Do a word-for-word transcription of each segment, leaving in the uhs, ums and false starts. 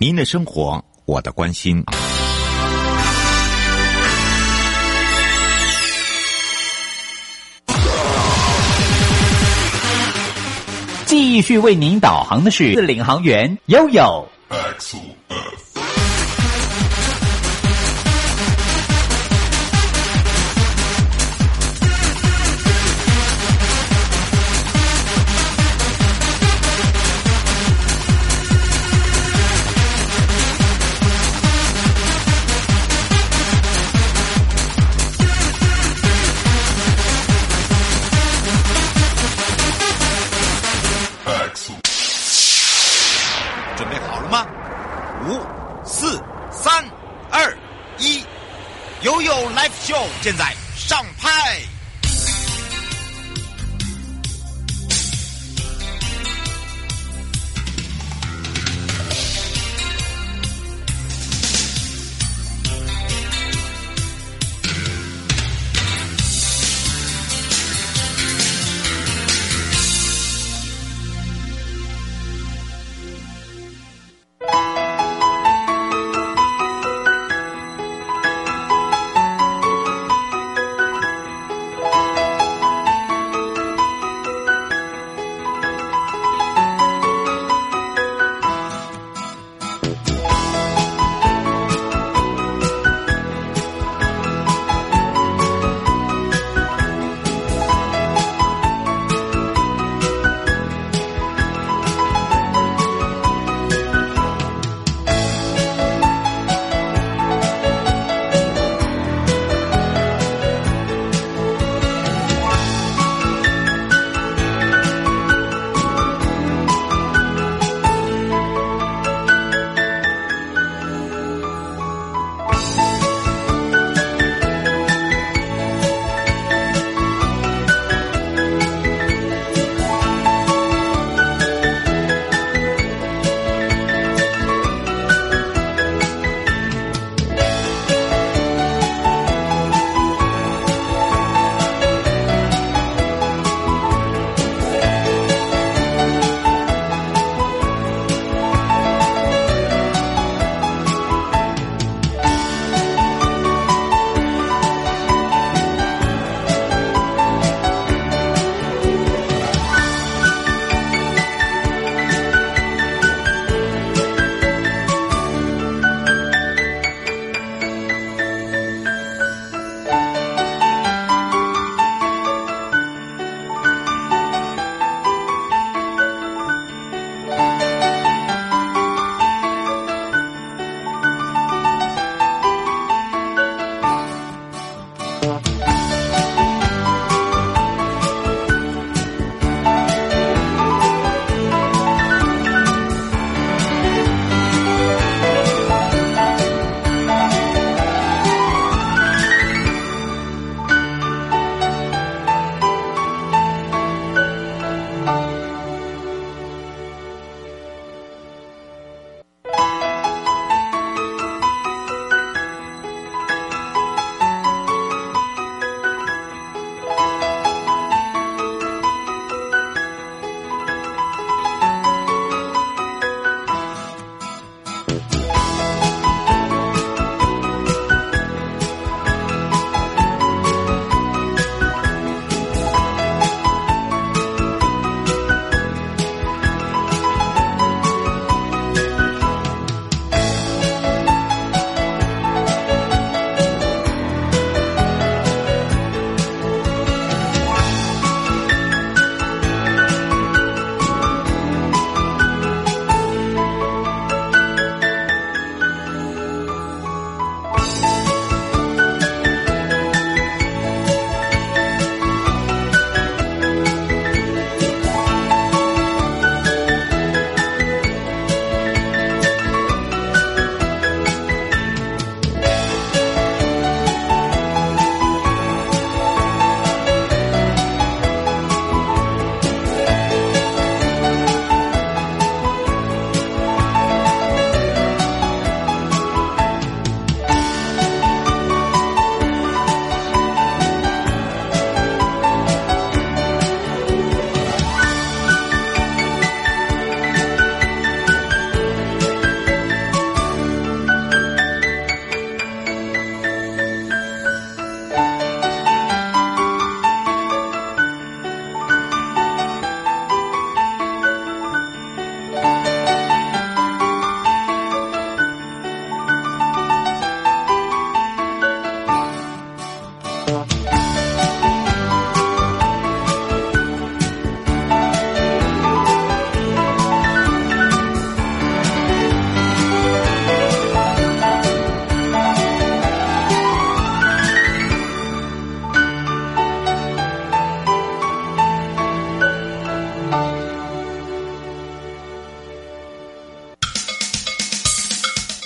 您的生活，我的关心。 继续为您导航的是领航员悠悠。 准备好了吗？五、四、三、二、一，悠悠 Live Show 现在上拍。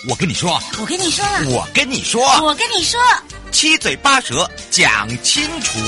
我跟你说， 我跟你说了， 我跟你说， 我跟你说， 七嘴八舌讲清楚。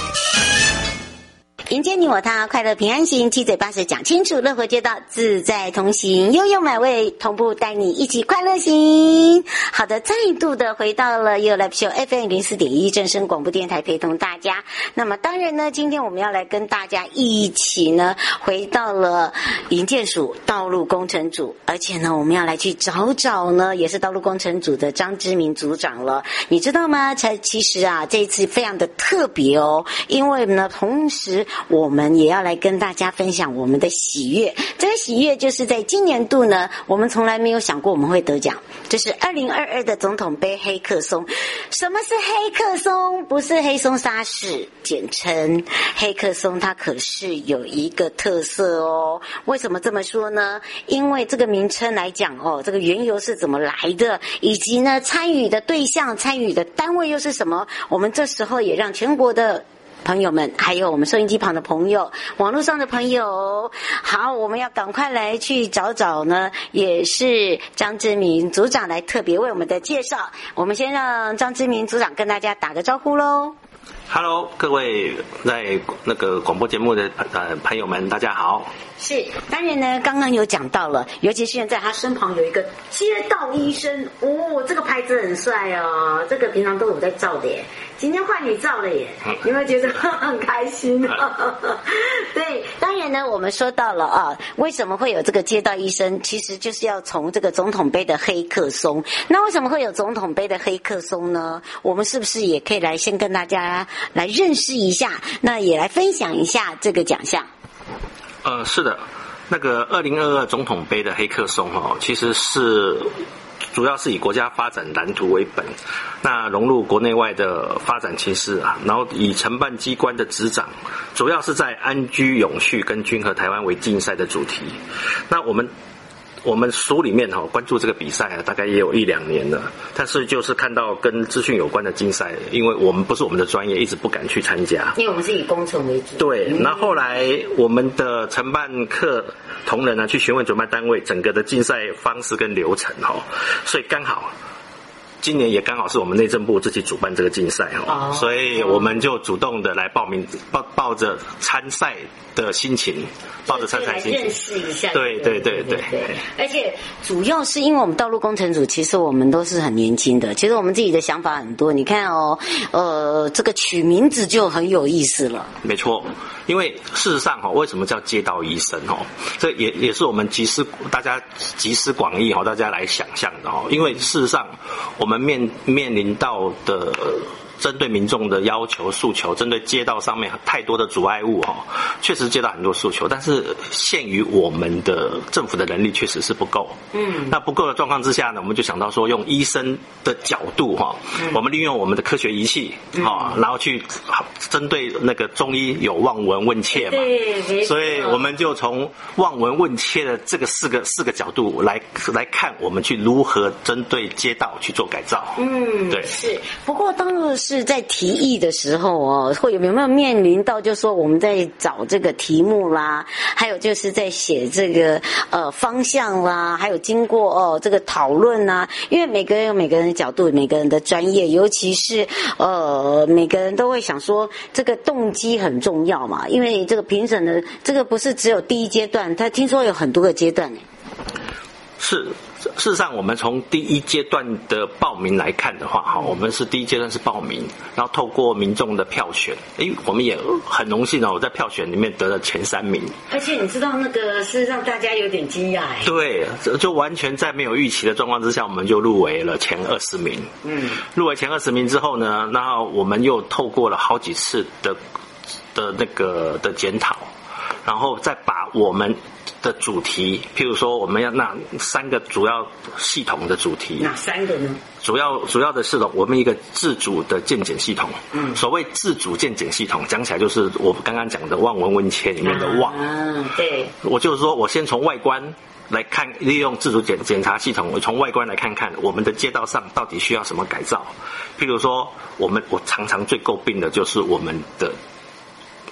迎接你我他，快乐平安行，七嘴八舌讲清楚，乐活街道自在同行，悠悠美味同步带你一起快乐行。好的，再度的回到了悠悠 Live Show F M 零四点一正声广播电台，陪同大家。那么当然呢，今天我们要来跟大家一起呢，回到了营建署道路工程组，而且呢，我们要来去找找呢，也是道路工程组的张之明组长了。你知道吗？才其实啊，这一次非常的特别哦，因为呢，同时我们也要来跟大家分享我们的喜悦。这个喜悦就是在今年度呢，我们从来没有想过我们会得奖，这是二零二二的总统杯黑客松。什么是黑客松？不是黑松沙士，简称黑客松，它可是有一个特色哦。为什么这么说呢？因为这个名称来讲哦，这个缘由是怎么来的，以及呢参与的对象、参与的单位又是什么，我们这时候也让全国的朋友们，还有我们收音机旁的朋友，网络上的朋友，好，我们要赶快来去找找呢，也是张之明组长来特别为我们的介绍。我们先让张之明组长跟大家打个招呼咯。 Hello， 各位在那个广播节目的呃朋友们，大家好。 是，当然呢，刚刚有讲到了，尤其是现在他身旁有一个街道医生，哦，这个牌子很帅哦，这个平常都有在照的耶，今天换你照了耶，有没有觉得很开心啊？对，当然呢，我们说到了啊，为什么会有这个街道医生？其实就是要从这个总统杯的黑客松。那为什么会有总统杯的黑客松呢？我们是不是也可以来先跟大家来认识一下，那也来分享一下这个奖项？ 呃，是的，那个二零二二总统杯的黑客松哦，其实是主要是以国家发展蓝图为本，那融入国内外的发展情势啊，然后以承办机关的执掌，主要是在安居永续跟均衡台湾为竞赛的主题。那我们我们署里面哈、哦、关注这个比赛啊，大概也有一两年了，但是就是看到跟资讯有关的竞赛，因为我们不是我们的专业，一直不敢去参加。 因为我们是以工程为主。 对，那后来我们的承办课同仁呢，去询问主办单位整个的竞赛方式跟流程哈、哦，所以刚好。今年也刚好是我们内政部自己主办这个竞赛哦， oh, 所以我们就主动的来报名，抱抱着参赛的心情，抱着参赛心情， 认识一下。 对对对 对, 对, 对, 对。 而且主要是因为我们道路工程组，其实我们都是很年轻的，其实我们自己的想法很多。你看哦，呃，这个取名字就很有意思了。 没错，因为事实上哈、哦，为什么叫街道医生哦？这也也是我们集思大家集思广益哈、哦，大家来想象的哦。因为事实上我们面面临到的针对民众的要求诉求，针对街道上面太多的阻碍物哈、哦，确实接到很多诉求，但是限于我们的政府的能力确实是不够。嗯，那不够的状况之下呢，我们就想到说用医生的角度哈、哦嗯，我们利用我们的科学仪器哈、嗯，然后去针对那个中医有望闻问切嘛，对，所以我们就从望闻问切的这个四个四个角度来来看，我们去如何针对街道去做改造。嗯，对， 是。不过当时是在提议的时候哦，会有没有面临到就是说我们在找这个题目啦，还有就是在写这个呃方向啦，还有经过哦这个讨论啦，因为每个人有每个人的角度，每个人的专业，尤其是呃每个人都会想说这个动机很重要嘛，因为这个评审的这个不是只有第一阶段，他听说有很多个阶段呢。 是，事实上我们从第一阶段的报名来看的话，哈，我们是第一阶段是报名，然后透过民众的票选，诶，我们也很荣幸哦，我在票选里面得了前三名。 而且你知道那个是让大家有点惊讶哎。 对，就完全在没有预期的状况之下，我们就入围了前二十名。嗯，入围前二十名之后呢，那我们又透过了好几次的的那个的检讨，然后再把我们的主题，譬如说我们要那三个主要系统的主题， 哪三个呢？ 主要主要的是我们一个自主的健检系统。嗯，所谓自主健检系统，讲起来就是我刚刚讲的望闻问切里面的望。 嗯，对。 我就是说我先从外观来看，利用自主检检查系统，我从外观来看看我们的街道上到底需要什么改造。譬如说，我们我常常最诟病的就是我们的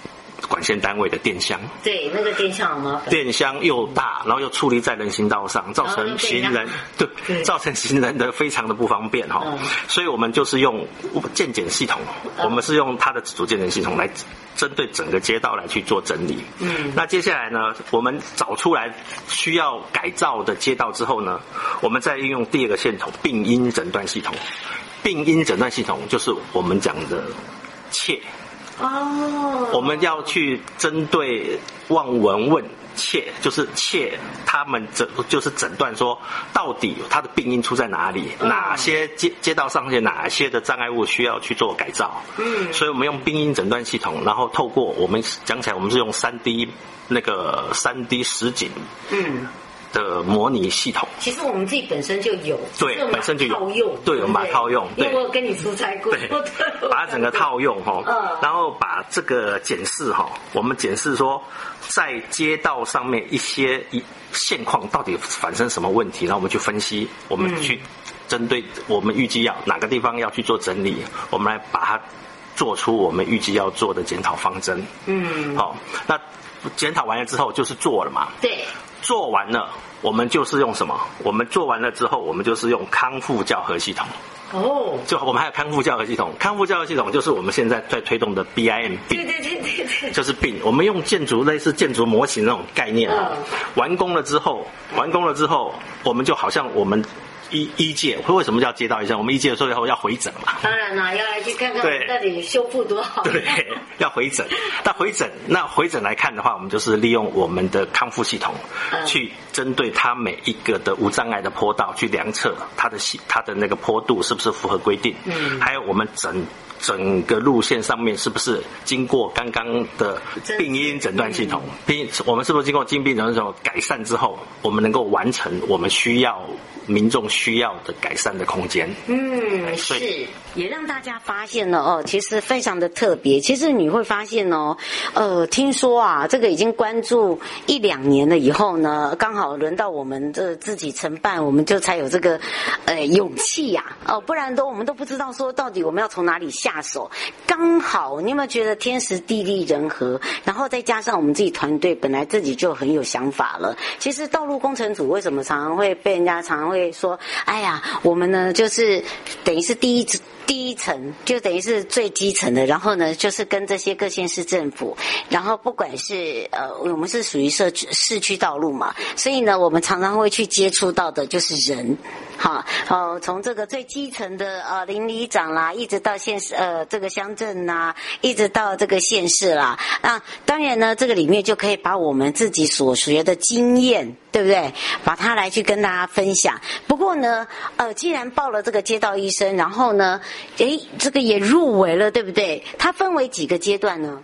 管线单位的电箱。 对，那个电箱很麻烦。 电箱又大，然后又矗立在人行道上，造成行人对，对造成行人的非常的不方便哈、嗯。所以我们就是用健检系统，嗯、我们是用它的自主健检系统来针对整个街道来去做整理。嗯，那接下来呢，我们找出来需要改造的街道之后呢，我们再运用第二个系统病因诊断系统。病因诊断系统就是我们讲的切哦，我们要去针对望闻问切，就是切他们诊就是诊断说到底他的病因出在哪里，嗯、哪些街街道上面哪些的障碍物需要去做改造。嗯，所以我们用病因诊断系统，然后透过我们讲起来，我们是用 三 D 那个 三 D 实景。嗯。的模拟系统， 其实我们自己本身就有， 对，本身就有套用，对，我们把它套用， 对，因为我有跟你出差过， 对，把它整个套用哈，嗯，然后把这个检视哈，我们检视说在街道上面一些一现况到底产生什么问题，然后我们去分析，我们去针对我们预计要哪个地方要去做整理，我们来把它做出我们预计要做的检讨方针，嗯，好，那检讨完了之后就是做了嘛，对。做完了，我们就是用什么？我们做完了之后，我们就是用康复教核系统。哦，就我们还有康复教核系统。康复教核系统就是我们现在在推动的 B I M 病，对对对对对，就是病。我们用建筑类似建筑模型那种概念啊，嗯、完工了之后，完工了之后，我们就好像我们。一一届，为什么叫街道医生？我们一届的时候以后要回诊嘛。当然啦，要来去看看到底修复多好。对，要回诊。那回诊，那回诊来看的话，我们就是利用我们的康复系统，嗯、去针对它每一个的无障碍的坡道去量测它的系它的那个坡度是不是符合规定，嗯，还有我们整。整个路线上面是不是经过刚刚的病因诊断系统？病我们是不是经过经病诊断系统改善之后，我们能够完成我们需要民众需要的改善的空间？嗯，是， 也让大家发现了哦，其实非常的特别。其实你会发现哦，呃，听说啊，这个已经关注一两年了以后呢，刚好轮到我们这自己承办，我们就才有这个呃勇气呀、啊，哦，不然都我们都不知道说到底我们要从哪里下。下手刚好，你有没有觉得天时地利人和？然后再加上我们自己团队本来自己就很有想法了。其实道路工程组为什么常常会被人家常常会说，哎呀，我们呢就是等于是第一第一层，就等于是最基层的，然后呢就是跟这些各县市政府，然后不管是呃我们是属于社区市区道路嘛，所以呢我们常常会去接触到的就是人。好，哦，从这个最基层的呃邻里长啦，一直到县市呃这个乡镇啦，一直到这个县市啦，那当然呢，这个里面就可以把我们自己所学的经验，对不对？把它来去跟大家分享。不过呢，呃，既然报了这个街道医生，然后呢，诶，这个也入围了，对不对？它分为几个阶段呢？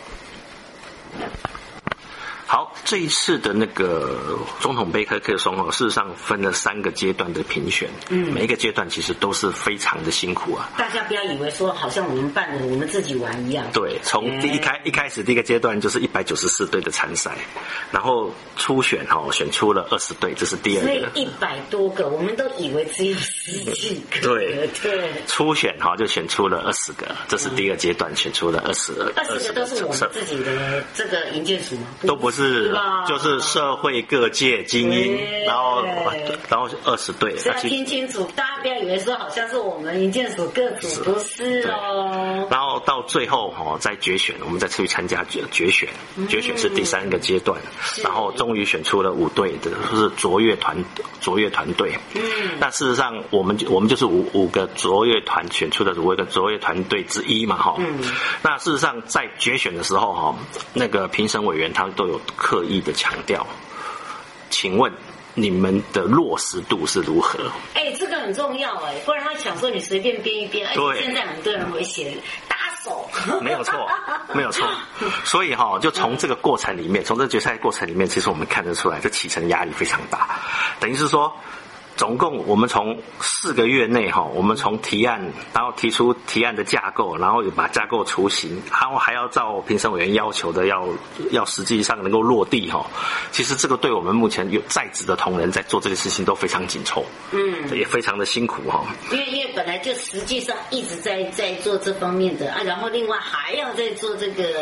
好，这一次的那个总统杯科克松哦，事实上分了三个阶段的评选，嗯，每一个阶段其实都是非常的辛苦啊。 大家不要以为说好像我们办的我们自己玩一样。 对，从第一开一开始第一个阶段就是一百九十四队的参赛，然后初选哈、哦、选出了二十队，这是第二个。 所以一百多个，我们都以为只有十几个。 对对，初选哈、哦、就选出了二十个，这是第一个阶段选出了二十二。 二十个都是我们自己的这个营建署吗？ 都不是。是，就是社会各界精英，然后然后二十队。 所以要听清楚，大家不要以为说好像是我们营建署各组，不是哦。 然后到最后哈，再决选，我们再出去参加决决选，决选是第三个阶段，然后终于选出了五队的，就是卓越团卓越团队。嗯，那事实上我们我们就是五五个卓越团选出的五个卓越团队之一嘛哈。嗯，那事实上在决选的时候哈，那个评审委员他都有刻意的强调，请问你们的落实度是如何？ 哎、欸，这个很重要哎，不然他想说你随便编一编，而且现在很多人会写打手， 没有错，没有错。所以哈，就从这个过程里面，从这个决赛过程里面，其实我们看得出来，这起程压力非常大，等于是说。总共我们从四个月内哈，我们从提案，然后提出提案的架构，然后也把架构雏形，然后还要照评审委员要求的要要实际上能够落地哈。其实这个对我们目前有在职的同仁在做这个事情都非常紧凑，嗯，也非常的辛苦哈。 因为因为本来就实际上一直在在做这方面的啊，然后另外还要再做这个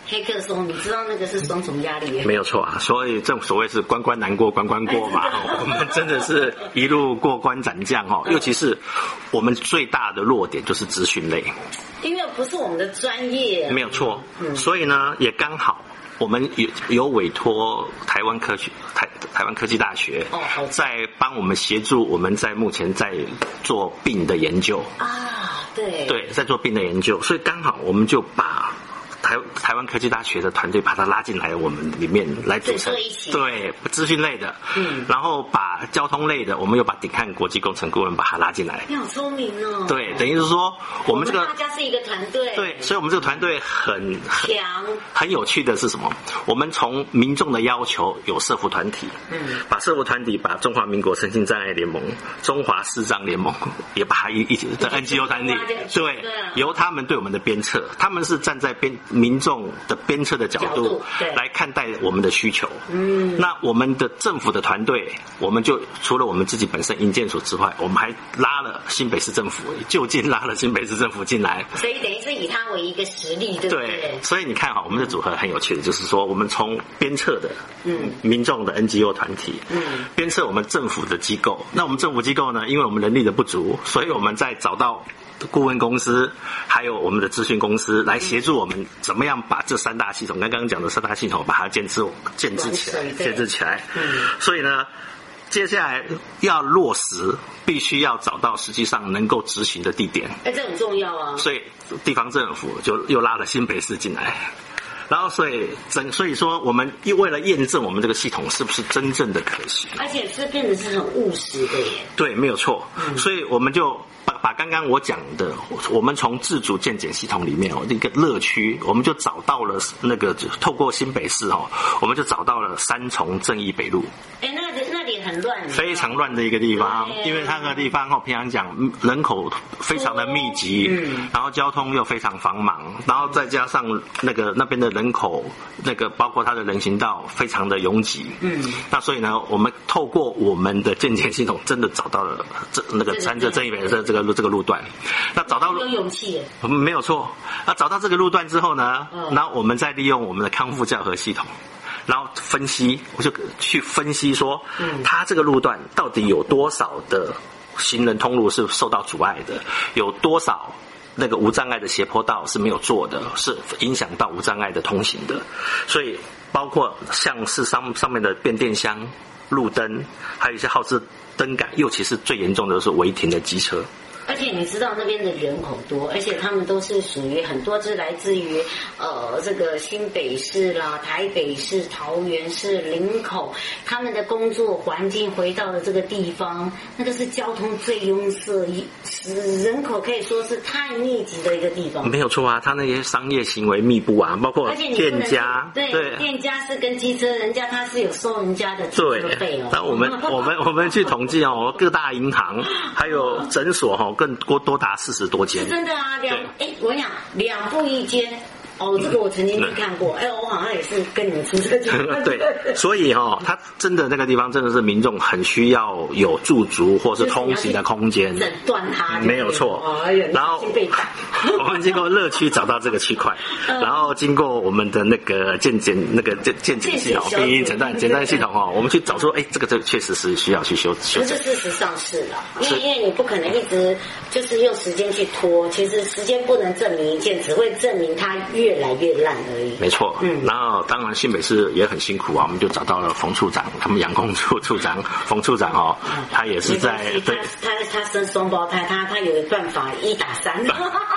黑客松，你知道那个是双重压力？ 没有错啊，所以正所谓是关关难过关关过嘛。我们真的是一路过关斩将哦，尤其是我们最大的弱点就是资讯类， 因为不是我们的专业。 没有错， 嗯、 所以呢也刚好。我们有有委托台湾科学台台湾科技大学， 哦， 在帮我们协助我们在目前在做病的研究啊，对对，在做病的研究，所以刚好我们就把台台湾科技大学的团队把它拉进来我们里面来组成，对资讯类的，嗯，然后把交通类的，我们又把鼎汉国际工程顾问把它拉进来。 你好聪明哦！ 对，等于是说我们这个我们大家是一个团队， 对，所以我们这个团队很强。 很有趣的是什么？我们从民众的要求有社福团体，嗯，把社福团体把中华民国身心障碍联盟、中华视障联盟也把它一一起的 N G O 团体，对，由他们对我们的鞭策，他们是站在边。民众的鞭策的角度, 角度来看待我们的需求。嗯，那我们的政府的团队，我们就除了我们自己本身营建署之外，我们还拉了新北市政府，就近拉了新北市政府进来。 所以等于是以它为一个实例，对不对？对， 所以你看哈，我们的组合很有趣的，就是说我们从鞭策的嗯民众的 N G O 团体，嗯，鞭策我们政府的机构。那我们政府机构呢，因为我们能力的不足，所以我们在找到顾问公司还有我们的资讯公司来协助我们怎么样把这三大系统，刚刚讲的三大系统把它建制建制起来建制起来。嗯，所以呢接下来要落实必须要找到实际上能够执行的地点， 哎，这很重要啊。 所以地方政府就又拉了新北市进来，然后所以整所以说我们又为了验证我们这个系统是不是真正的可行， 而且是变得是很务实的耶。 对，没有错。嗯，所以我们就把把刚刚我讲的，我们从自主健检系统里面哦一个乐区，我们就找到了那个透过新北市哦，我们就找到了三重正义北路。 哎，那那里很乱， 非常乱的一个地方，因为它那个地方哦，平常讲人口非常的密集，嗯，然后交通又非常繁忙，然后再加上那个那边的人口，那个包括它的人行道非常的拥挤，嗯，那所以呢，我们透过我们的健检系统，真的找到了这那个三者正义北的这个路这个路段，那找到有勇气， 没有错。那找到这个路段之后呢，嗯，然后我们再利用我们的康复教合系统。然后分析，我就去分析说，嗯，它这个路段到底有多少的行人通路是受到阻碍的，有多少那个无障碍的斜坡道是没有做的，是影响到无障碍的通行的。所以包括像是上上面的变电箱、路灯，还有一些耗资灯杆，尤其是最严重的是违停的机车。 而且你知道那边的人口多，而且他们都是属于很多是来自于呃这个新北市啦、台北市、桃园市、林口，他们的工作环境回到了这个地方，那个是交通最拥塞，人口可以说是太密集的一个地方。 没有错啊，他那些商业行为密布啊，包括店家， 对对，店家是跟机车，人家他是有收人家的机车费哦。 那我们我们我们去统计哦，各大银行还有诊所哈，更多多达四十多间。 是真的啊，两哎，我跟你讲，两步一间。哦，这个我曾经去看过，哎、嗯，我好像也是跟你们出这个对，所以哦，它真的那个地方真的是民众很需要有驻足或是通行的空间， 诊断它， 没有错。 哦、 然后我们经过乐区找到这个区块，嗯、然后经过我们的那个健检那个健健检系统、病因诊断诊断系统哦，我们去找出，哎，这个这个确实是需要去修修正。 可是事实上是的，因为因为你不可能一直就是用时间去拖，其实时间不能证明一件，只会证明它越越来越烂而已。 没错，嗯，然后当然新北市也很辛苦啊，我们就找到了冯处长，他们养工处处长冯处长哦，嗯、他也是在对，他他他生双胞胎，他他有办法一打三。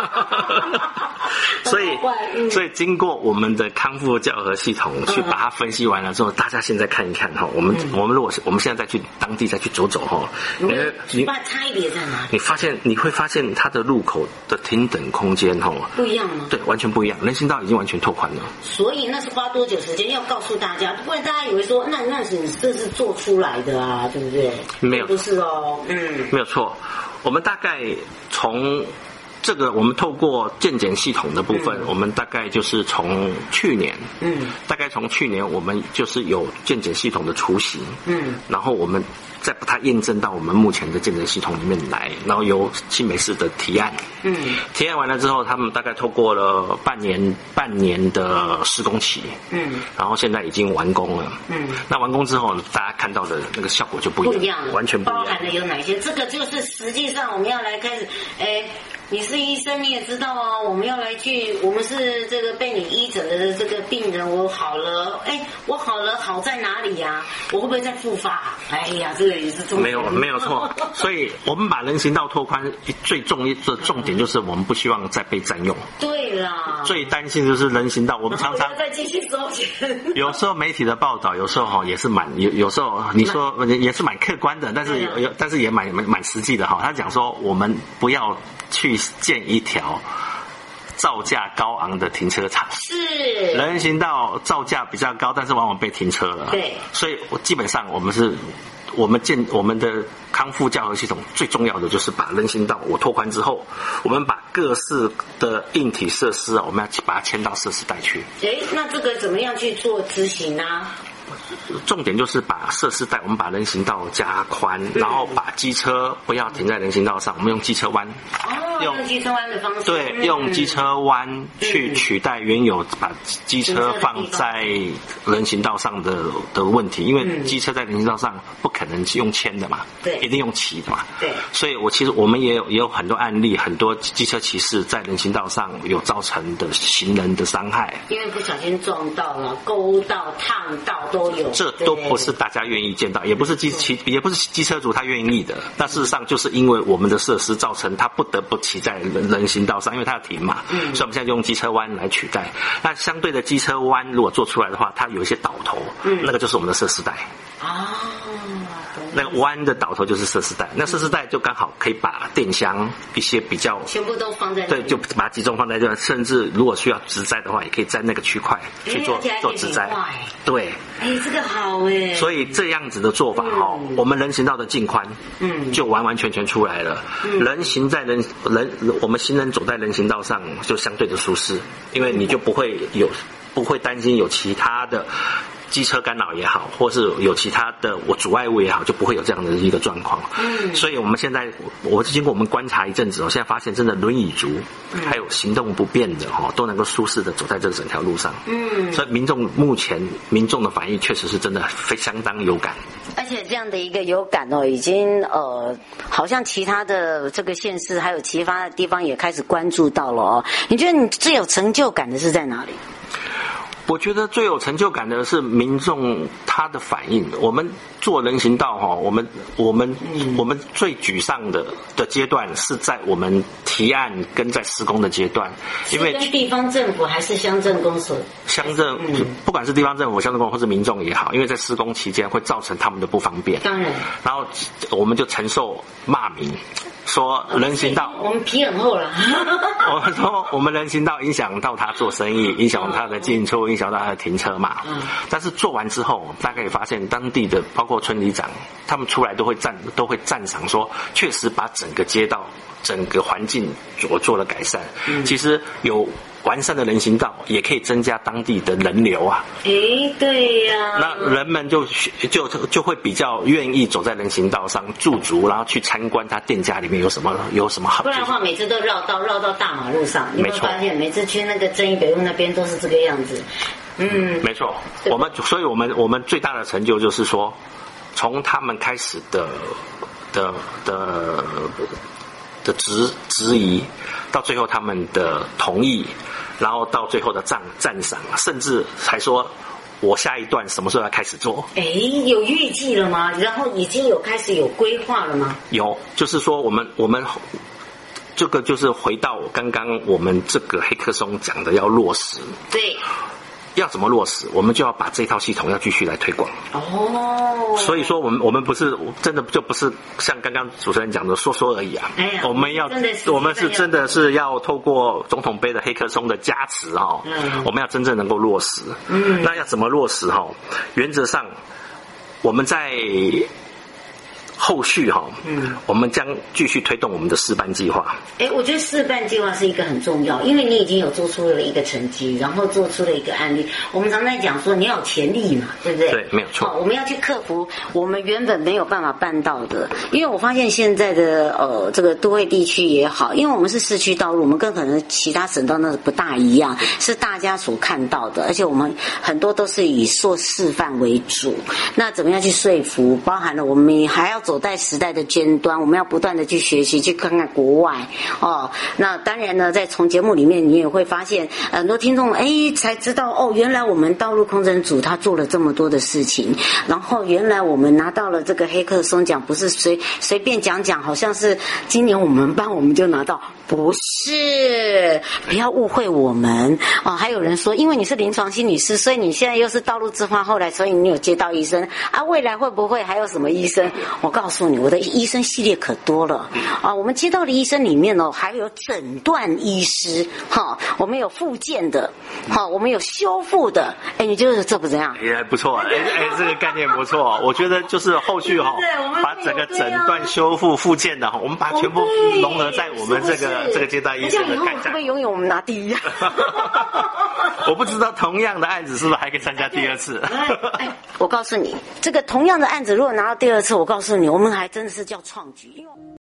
所以、嗯、所以经过我们的康复教合系统去把它分析完了之后，嗯、大家现在看一看哈，我们、嗯、我们如果是我们现在再去当地再去走走哈， 你你把差别在哪里？ 你发现你会发现它的入口的停等空间哈不一样吗？ 对，完全不一样，人行道已经完全拓宽了。 所以那是花多久时间？要告诉大家，不然大家以为说那那是你这是做出来的啊，对不对？ 没有， 不是哦，嗯， 没有错。我们大概从这个我们透过健检系统的部分，嗯、我们大概就是从去年，嗯，大概从去年我们就是有健检系统的雏形，嗯，然后我们再把它验证到我们目前的健检系统里面来，然后由新北市的提案，嗯，提案完了之后，他们大概透过了半年半年的施工期，嗯，然后现在已经完工了，嗯，那完工之后，大家看到的那个效果就不一样，不一样了，完全不一样。 包含的有哪些？这个就是实际上我们要来开始，哎。你是医生，你也知道啊。我们要来去，我们是这个被你医诊的这个病人，我好了，哎，我好了，好在哪里呀、啊？我会不会再复发？哎呀，这个也是重点。 没有，没有错。所以我们把人行道拓宽最重要的重点就是我们不希望再被占用。 对啦。最担心就是人行道，我们常常再继续收钱。 有时候媒体的报道，有时候哈也是蛮有，有时候你说也是蛮客观的，但是有有，但是也蛮蛮蛮实际的哈。他讲说我们不要去建一条造价高昂的停车场， 是人行道造价比较高，但是往往被停车了。 对， 所以基本上我们是，我们建我们的康复教合系统最重要的就是把人行道我拓宽之后，我们把各式的硬体设施啊，我们要把它迁到设施带去。 哎，那这个怎么样去做执行呢？ 重点就是把设施带，我们把人行道加宽，嗯、然后把机车不要停在人行道上，我们用机车弯。 哦，用机车弯的方式。 对，嗯、用机车弯去取代原有把机车放在人行道上的的问题，因为机车在人行道上不可能用牵的嘛，对，一定用骑的嘛。 对， 所以我其实我们也有也有很多案例，很多机车骑士在人行道上有造成的行人的伤害， 因为不小心撞到了、勾到、烫到。都有， 这都不是大家愿意见到，也不是机骑，也不是机车族他愿意的。那事实上，就是因为我们的设施造成他不得不骑在人人行道上，因为他要停嘛。嗯，所以我们现在就用机车弯来取代。那相对的机车弯如果做出来的话，它有一些倒头，嗯，那个就是我们的设施带。啊。那个弯的倒头就是设施带，那设施带就刚好可以把电箱一些比较全部都放在对，就把它集中放在这，甚至如果需要植栽的话，也可以在那个区块去做做植栽。对， 哎，这个好哎。 所以这样子的做法哈、嗯，我们人行道的径宽，嗯，就完完全全出来了。嗯、人行在人人，我们行人走在人行道上就相对的舒适，因为你就不会有不会担心有其他的。机车干扰也好，或是有其他的我阻碍物也好，就不会有这样的一个状况。嗯，所以我们现在，我经过我们观察一阵子，我现在发现真的轮椅族，嗯、还有行动不便的哈，都能够舒适的走在这整条路上。嗯，所以民众目前民众的反应确实是真的非相当有感。 而且这样的一个有感哦，已经呃，好像其他的这个县市还有其他的地方也开始关注到了哦。你觉得你最有成就感的是在哪里？ 我觉得最有成就感的是民众他的反应。我们做人行道哈，我们我们、嗯、我们最沮丧的的阶段是在我们提案跟在施工的阶段，因为跟地方政府还是乡镇公所， 乡镇、嗯、不管是地方政府、乡镇公所或是民众也好，因为在施工期间会造成他们的不方便。 当然， 然后我们就承受骂名。说人行道， 我们皮很厚了。 我们说我们人行道影响到他做生意，影响他的进出，影响到他的停车嘛。嗯。但是做完之后，大家可以发现当地的包括村里长，他们出来都会赞都会赞赏说，确实把整个街道、整个环境做做了改善。嗯。其实有完善的人行道，也可以增加当地的人流啊。 诶，对呀、啊。 那人们就就就会比较愿意走在人行道上驻足，然后去参观他店家里面有什么有什么好。 不然的话，每次都绕道绕到大马路上，你会发现每次去那个正义北路那边都是这个样子。嗯， 没错。我们所以我们我们最大的成就就是说，从他们开始的的的。的质质疑，到最后他们的同意，然后到最后的赞赞赏，甚至还说我下一段什么时候要开始做？ 哎，有预计了吗？然后已经有开始有规划了吗？ 有，就是说我们我们这个就是回到刚刚我们这个黑客松讲的要落实。 对。 要怎么落实，我们就要把这套系统要继续来推广。哦，所以说我们我们不是真的就不是像刚刚主持人讲的说说而已啊。哎呀，我们要我们是真的是要透过总统杯的黑客松的加持哈、哦，嗯，我们要真正能够落实。嗯，那要怎么落实哈、哦？原则上我们在后续哈，嗯，我们将继续推动我们的示范计划。 哎，我觉得示范计划是一个很重要，因为你已经有做出了一个成绩，然后做出了一个案例。我们常在讲说你要有潜力嘛，对不对？ 对，没有错。 我们要去克服我们原本没有办法办到的，因为我发现现在的呃这个都会地区也好，因为我们是市区道路，我们跟可能其他省道那不大一样，是大家所看到的，而且我们很多都是以做示范为主。那怎么样去说服？包含了我们还要走在时代的尖端，我们要不断的去学习，去看看国外哦。那当然呢，在从节目里面你也会发现，很多听众哎才知道哦，原来我们道路工程组他做了这么多的事情，然后原来我们拿到了这个黑客松奖，不是随随便讲讲，好像是今年我们班我们就拿到。不是，不要误会我们哦。还有人说，因为你是临床心理师，所以你现在又是道路之花，后来所以你有接到医生啊。未来会不会还有什么医生？我告诉你，我的医生系列可多了啊。我们接到的医生里面哦，还有诊断医师哈、哦，我们有复健的，哈、哦，我们有修复的。哎，你觉得这不怎样？ 也不错，哎哎，这个概念不错。我觉得就是后续哈、哦，把整个诊断、修复、复健的哈，我们把它全部融合在我们这个。这个阶段医生的概会不会永远我们拿第一啊？ 我不知道同样的案子是不是还可以参加第二次？ 哎，我告诉你，这个同样的案子如果拿到第二次，我告诉你，我们还真的是叫创举。因为